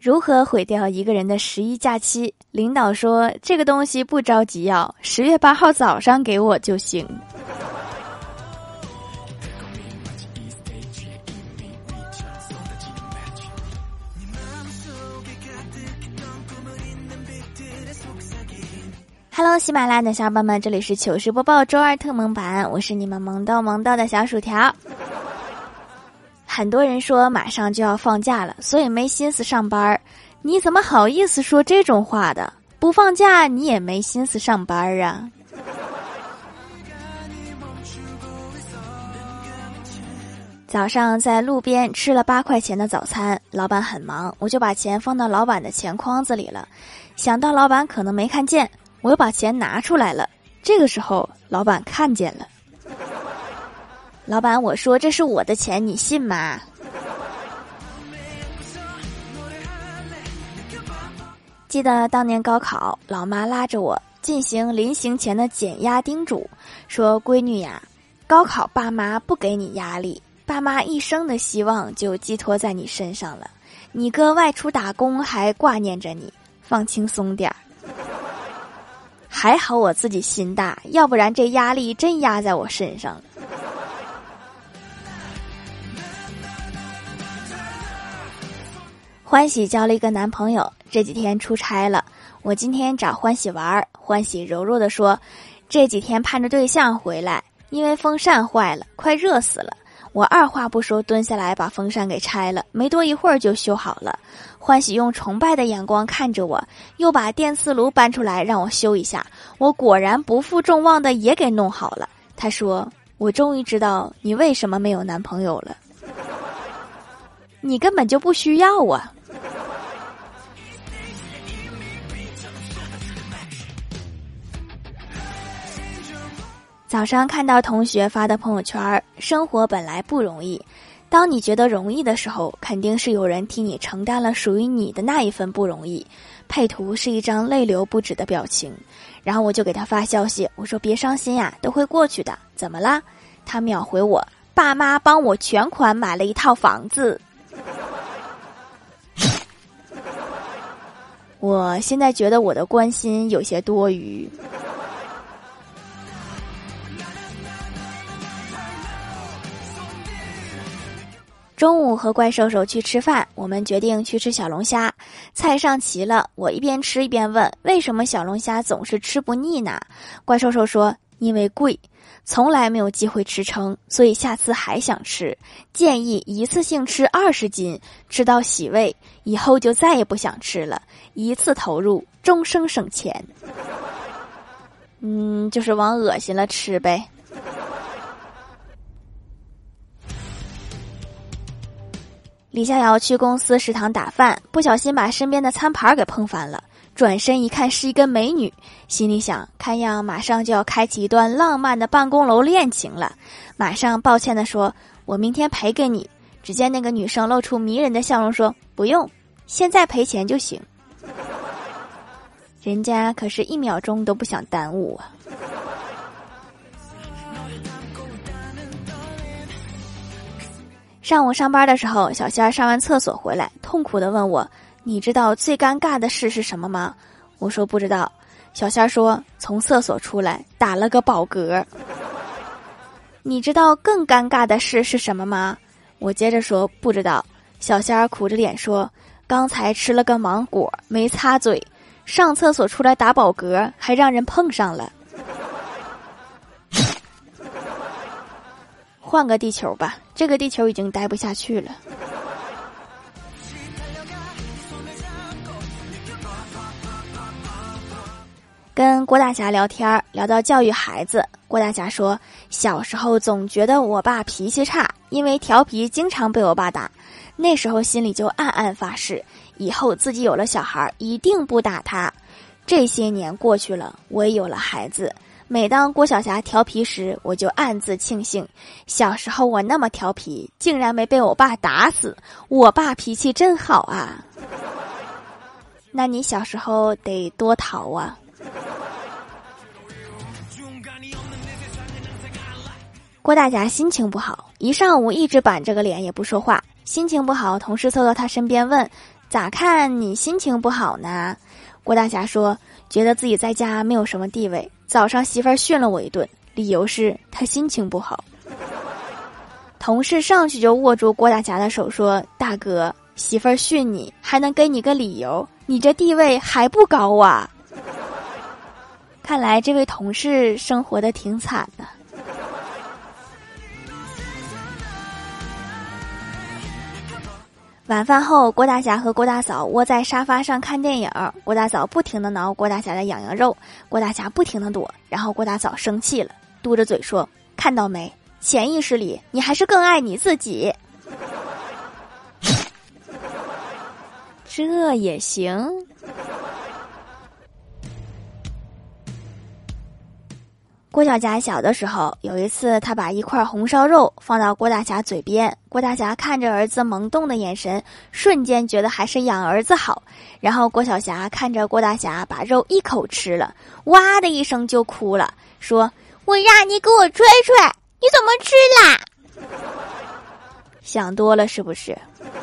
如何毁掉一个人的11假期？领导说这个东西不着急要，10月8号早上给我就行。Hello， 喜马拉雅的小伙伴们，这里是糗事播报周二特蒙版，我是你们萌逗的小薯条。很多人说马上就要放假了，所以没心思上班。你怎么好意思说这种话的？不放假你也没心思上班啊。早上在路边吃了8块钱的早餐，老板很忙，我就把钱放到老板的钱筐子里了。想到老板可能没看见，我又把钱拿出来了。这个时候老板看见了。老板，我说这是我的钱，你信吗？记得当年高考，老妈拉着我进行临行前的减压叮嘱，说闺女呀，高考爸妈不给你压力，爸妈一生的希望就寄托在你身上了，你哥外出打工还挂念着你，放轻松点儿。还好我自己心大，要不然这压力真压在我身上了。欢喜交了一个男朋友，这几天出差了，我今天找欢喜玩，欢喜柔弱地说，这几天盼着对象回来，因为风扇坏了，快热死了。我二话不说蹲下来把风扇给拆了，没多一会儿就修好了。欢喜用崇拜的眼光看着我，又把电磁炉搬出来让我修一下，我果然不负众望的也给弄好了。他说，我终于知道你为什么没有男朋友了，你根本就不需要啊。早上看到同学发的朋友圈，生活本来不容易，当你觉得容易的时候，肯定是有人替你承担了属于你的那一份不容易。配图是一张泪流不止的表情，然后我就给他发消息，我说别伤心呀，都会过去的，怎么啦？他秒回我，爸妈帮我全款买了一套房子。我现在觉得我的关心有些多余。中午和怪兽兽去吃饭，我们决定去吃小龙虾。菜上齐了，我一边吃一边问，为什么小龙虾总是吃不腻呢？怪兽兽说，因为贵，从来没有机会吃撑，所以下次还想吃，建议一次性吃20斤，吃到洗胃，以后就再也不想吃了，一次投入，终生省钱。就是往恶心了吃呗。李逍遥去公司食堂打饭，不小心把身边的餐盘给碰翻了，转身一看是一个美女，心里想，看样马上就要开启一段浪漫的办公楼恋情了，马上抱歉地说，我明天赔给你。只见那个女生露出迷人的笑容说，不用，现在赔钱就行。人家可是1秒钟都不想耽误啊。上午上班的时候，小仙儿上完厕所回来，痛苦地问我，你知道最尴尬的事是什么吗？我说不知道。小仙儿说，从厕所出来打了个饱嗝。你知道更尴尬的事是什么吗？我接着说不知道。小仙儿苦着脸说，刚才吃了个芒果没擦嘴，上厕所出来打饱嗝还让人碰上了。换个地球吧，这个地球已经待不下去了。跟郭大侠聊天，聊到教育孩子，郭大侠说，小时候总觉得我爸脾气差，因为调皮经常被我爸打，那时候心里就暗暗发誓，以后自己有了小孩一定不打他。这些年过去了，我也有了孩子，每当郭晓霞调皮时，我就暗自庆幸，小时候我那么调皮，竟然没被我爸打死，我爸脾气真好啊。那你小时候得多淘啊。郭大侠心情不好，一上午一直板着个脸也不说话，心情不好，同事凑到他身边问， 咋看你心情不好呢？郭大侠说，觉得自己在家没有什么地位，早上媳妇儿训了我一顿，理由是他心情不好。同事上去就握住郭大侠的手说，大哥，媳妇儿训你还能给你个理由，你这地位还不高啊。看来这位同事生活的挺惨的。晚饭后，郭大侠和郭大嫂窝在沙发上看电影，郭大嫂不停地挠郭大侠的痒痒肉，郭大侠不停地躲，然后郭大嫂生气了，嘟着嘴说，看到没，潜意识里你还是更爱你自己。这也行。郭小霞小的时候，有一次他把一块红烧肉放到郭大侠嘴边，郭大侠看着儿子萌动的眼神，瞬间觉得还是养儿子好。然后郭小霞看着郭大侠把肉一口吃了，哇的一声就哭了，说，我让你给我吹吹，你怎么吃啦？想多了是不是？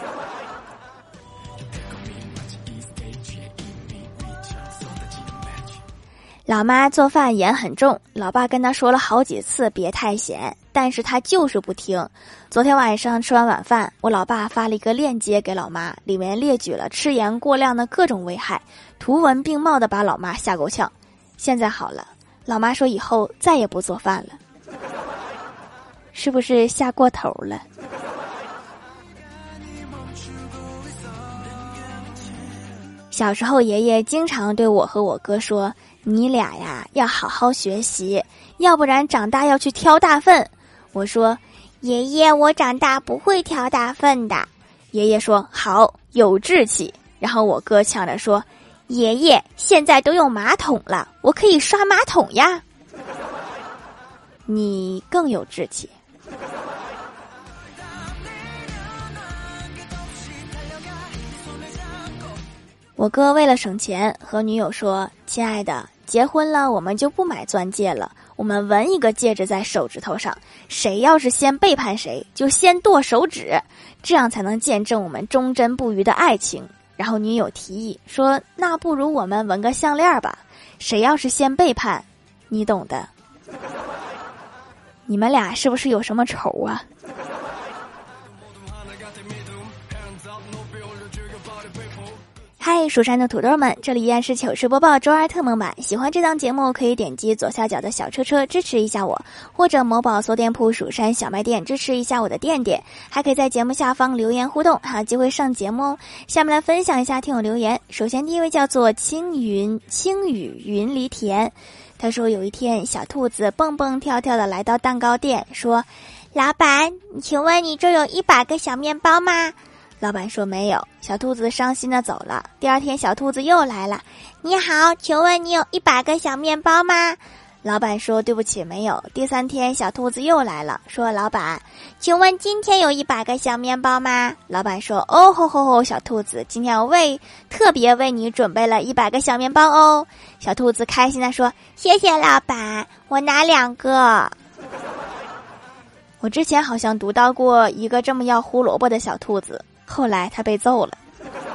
老妈做饭盐很重，老爸跟他说了好几次别太咸，但是他就是不听。昨天晚上吃完晚饭，我老爸发了一个链接给老妈，里面列举了吃盐过量的各种危害，图文并茂的把老妈吓够呛。现在好了，老妈说以后再也不做饭了。是不是吓过头了？小时候爷爷经常对我和我哥说，你俩呀要好好学习，要不然长大要去挑大粪。我说，爷爷，我长大不会挑大粪的。爷爷说，好，有志气。然后我哥抢着说，爷爷，现在都有马桶了，我可以刷马桶呀。你更有志气。我哥为了省钱和女友说，亲爱的，结婚了我们就不买钻戒了，我们纹一个戒指在手指头上，谁要是先背叛谁就先剁手指，这样才能见证我们忠贞不渝的爱情。然后女友提议说，那不如我们纹个项链吧，谁要是先背叛你懂的。你们俩是不是有什么仇啊？嗨，蜀山的土豆们，这里依然是糗事播报周二特蒙版。喜欢这档节目可以点击左下角的小车车支持一下我，或者某宝搜店铺蜀山小卖店支持一下我的店店，还可以在节目下方留言互动，还有机会上节目哦。下面来分享一下听友留言。首先第一位叫做青雨云离田，他说有一天小兔子蹦蹦跳跳的来到蛋糕店，说，老板，请问你这有100个小面包吗？老板说没有，小兔子伤心的走了。第二天小兔子又来了，你好，请问你有100个小面包吗？老板说对不起，没有。第三天小兔子又来了，说，老板，请问今天有100个小面包吗？老板说，哦吼吼吼，小兔子，今天我特别为你准备了100个小面包哦。小兔子开心的说，谢谢老板，我拿2个。我之前好像读到过一个这么要胡萝卜的小兔子，后来他被揍了。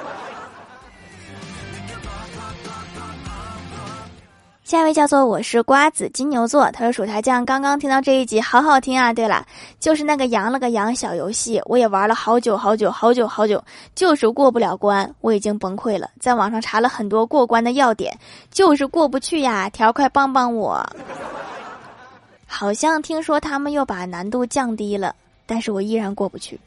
下一位叫做我是瓜子金牛座，他说薯条酱刚刚听到这一集好好听啊，对了，就是那个羊了个羊小游戏，我也玩了好久，就是过不了关，我已经崩溃了，在网上查了很多过关的要点，就是过不去呀，条快帮帮我。好像听说他们又把难度降低了，但是我依然过不去。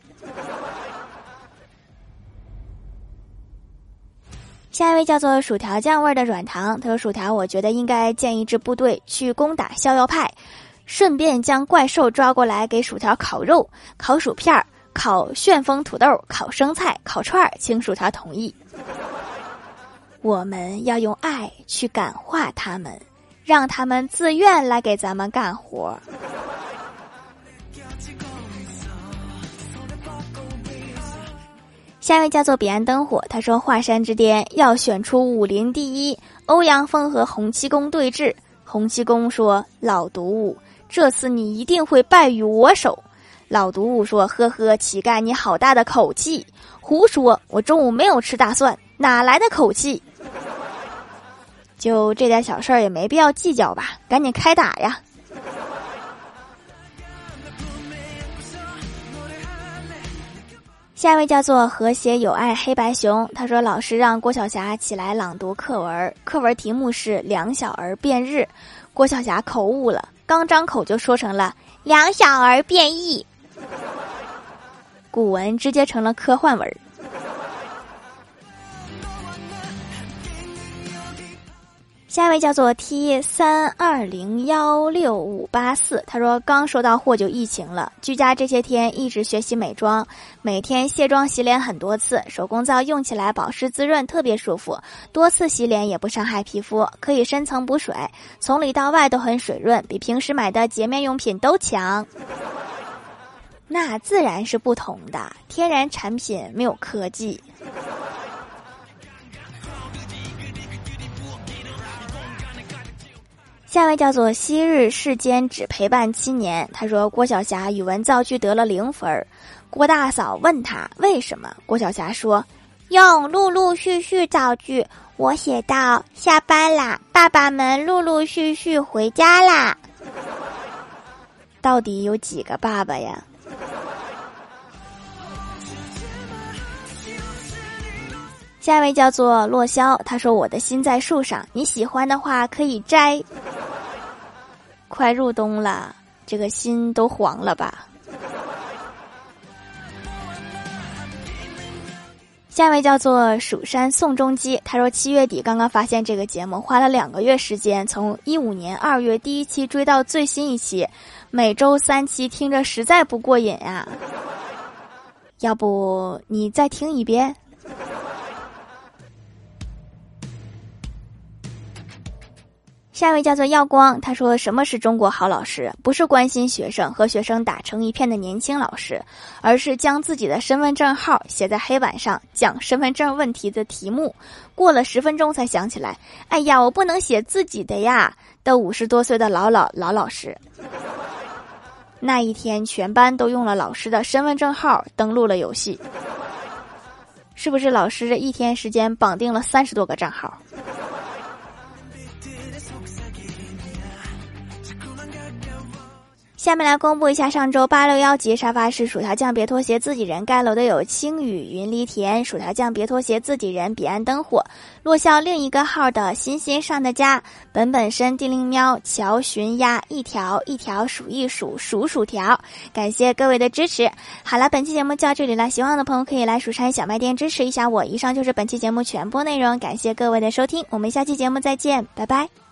下一位叫做薯条酱味的软糖，他说，薯条，我觉得应该建一支部队去攻打逍遥派，顺便将怪兽抓过来给薯条烤肉、烤薯片、烤旋风土豆、烤生菜、烤串，请薯条同意。我们要用爱去感化他们，让他们自愿来给咱们干活。下一位叫做彼岸灯火，他说，华山之巅要选出武林第一，欧阳锋和洪七公对峙。洪七公说，老毒物，这次你一定会败于我手。老毒物说，呵呵，乞丐你好大的口气。 胡说，我中午没有吃大蒜，哪来的口气？就这点小事儿也没必要计较吧，赶紧开打呀！下一位叫做和谐有爱黑白熊，他说老师让郭晓霞起来朗读课文，课文题目是两小儿辩日，郭晓霞口误了，刚张口就说成了两小儿辩议，古文直接成了科幻文。下一位叫做 T32016584，他说刚收到货就疫情了，居家这些天一直学习美妆，每天卸妆洗脸很多次，手工皂用起来保湿滋润特别舒服，多次洗脸也不伤害皮肤，可以深层补水，从里到外都很水润，比平时买的洁面用品都强。那自然是不同的，天然产品没有科技。下一位叫做昔日世间只陪伴7年，他说郭晓霞语文造句得了0分，郭大嫂问他为什么，郭晓霞说用陆陆续续造句，我写到下班啦，爸爸们陆陆续续回家啦。到底有几个爸爸呀？下一位叫做洛霄，他说我的心在树上，你喜欢的话可以摘。快入冬了，这个心都黄了吧。下一位叫做蜀山宋仲基，他说7月底刚刚发现这个节目，花了2个月时间，从15年2月第1期追到最新一期，每周3期，听着实在不过瘾啊。要不你再听一遍？下一位叫做耀光，他说什么是中国好老师？不是关心学生和学生打成一片的年轻老师，而是将自己的身份证号写在黑板上，讲身份证问题的题目，过了10分钟才想起来，哎呀，我不能写自己的呀，的50多岁的老师。那一天全班都用了老师的身份证号登录了游戏，是不是老师这一天时间绑定了30多个账号？下面来公布一下上周861级沙发是薯条酱别拖鞋自己人盖楼的有青雨云梨田，薯条酱别拖鞋自己人彼岸灯火，落校另一个号的欣欣上的家，本本身地灵喵乔寻鸭一条一条数一数数薯条，感谢各位的支持。好了，本期节目就到这里了，喜欢的朋友可以来蜀山小卖店支持一下我。以上就是本期节目全部内容，感谢各位的收听，我们下期节目再见，拜拜。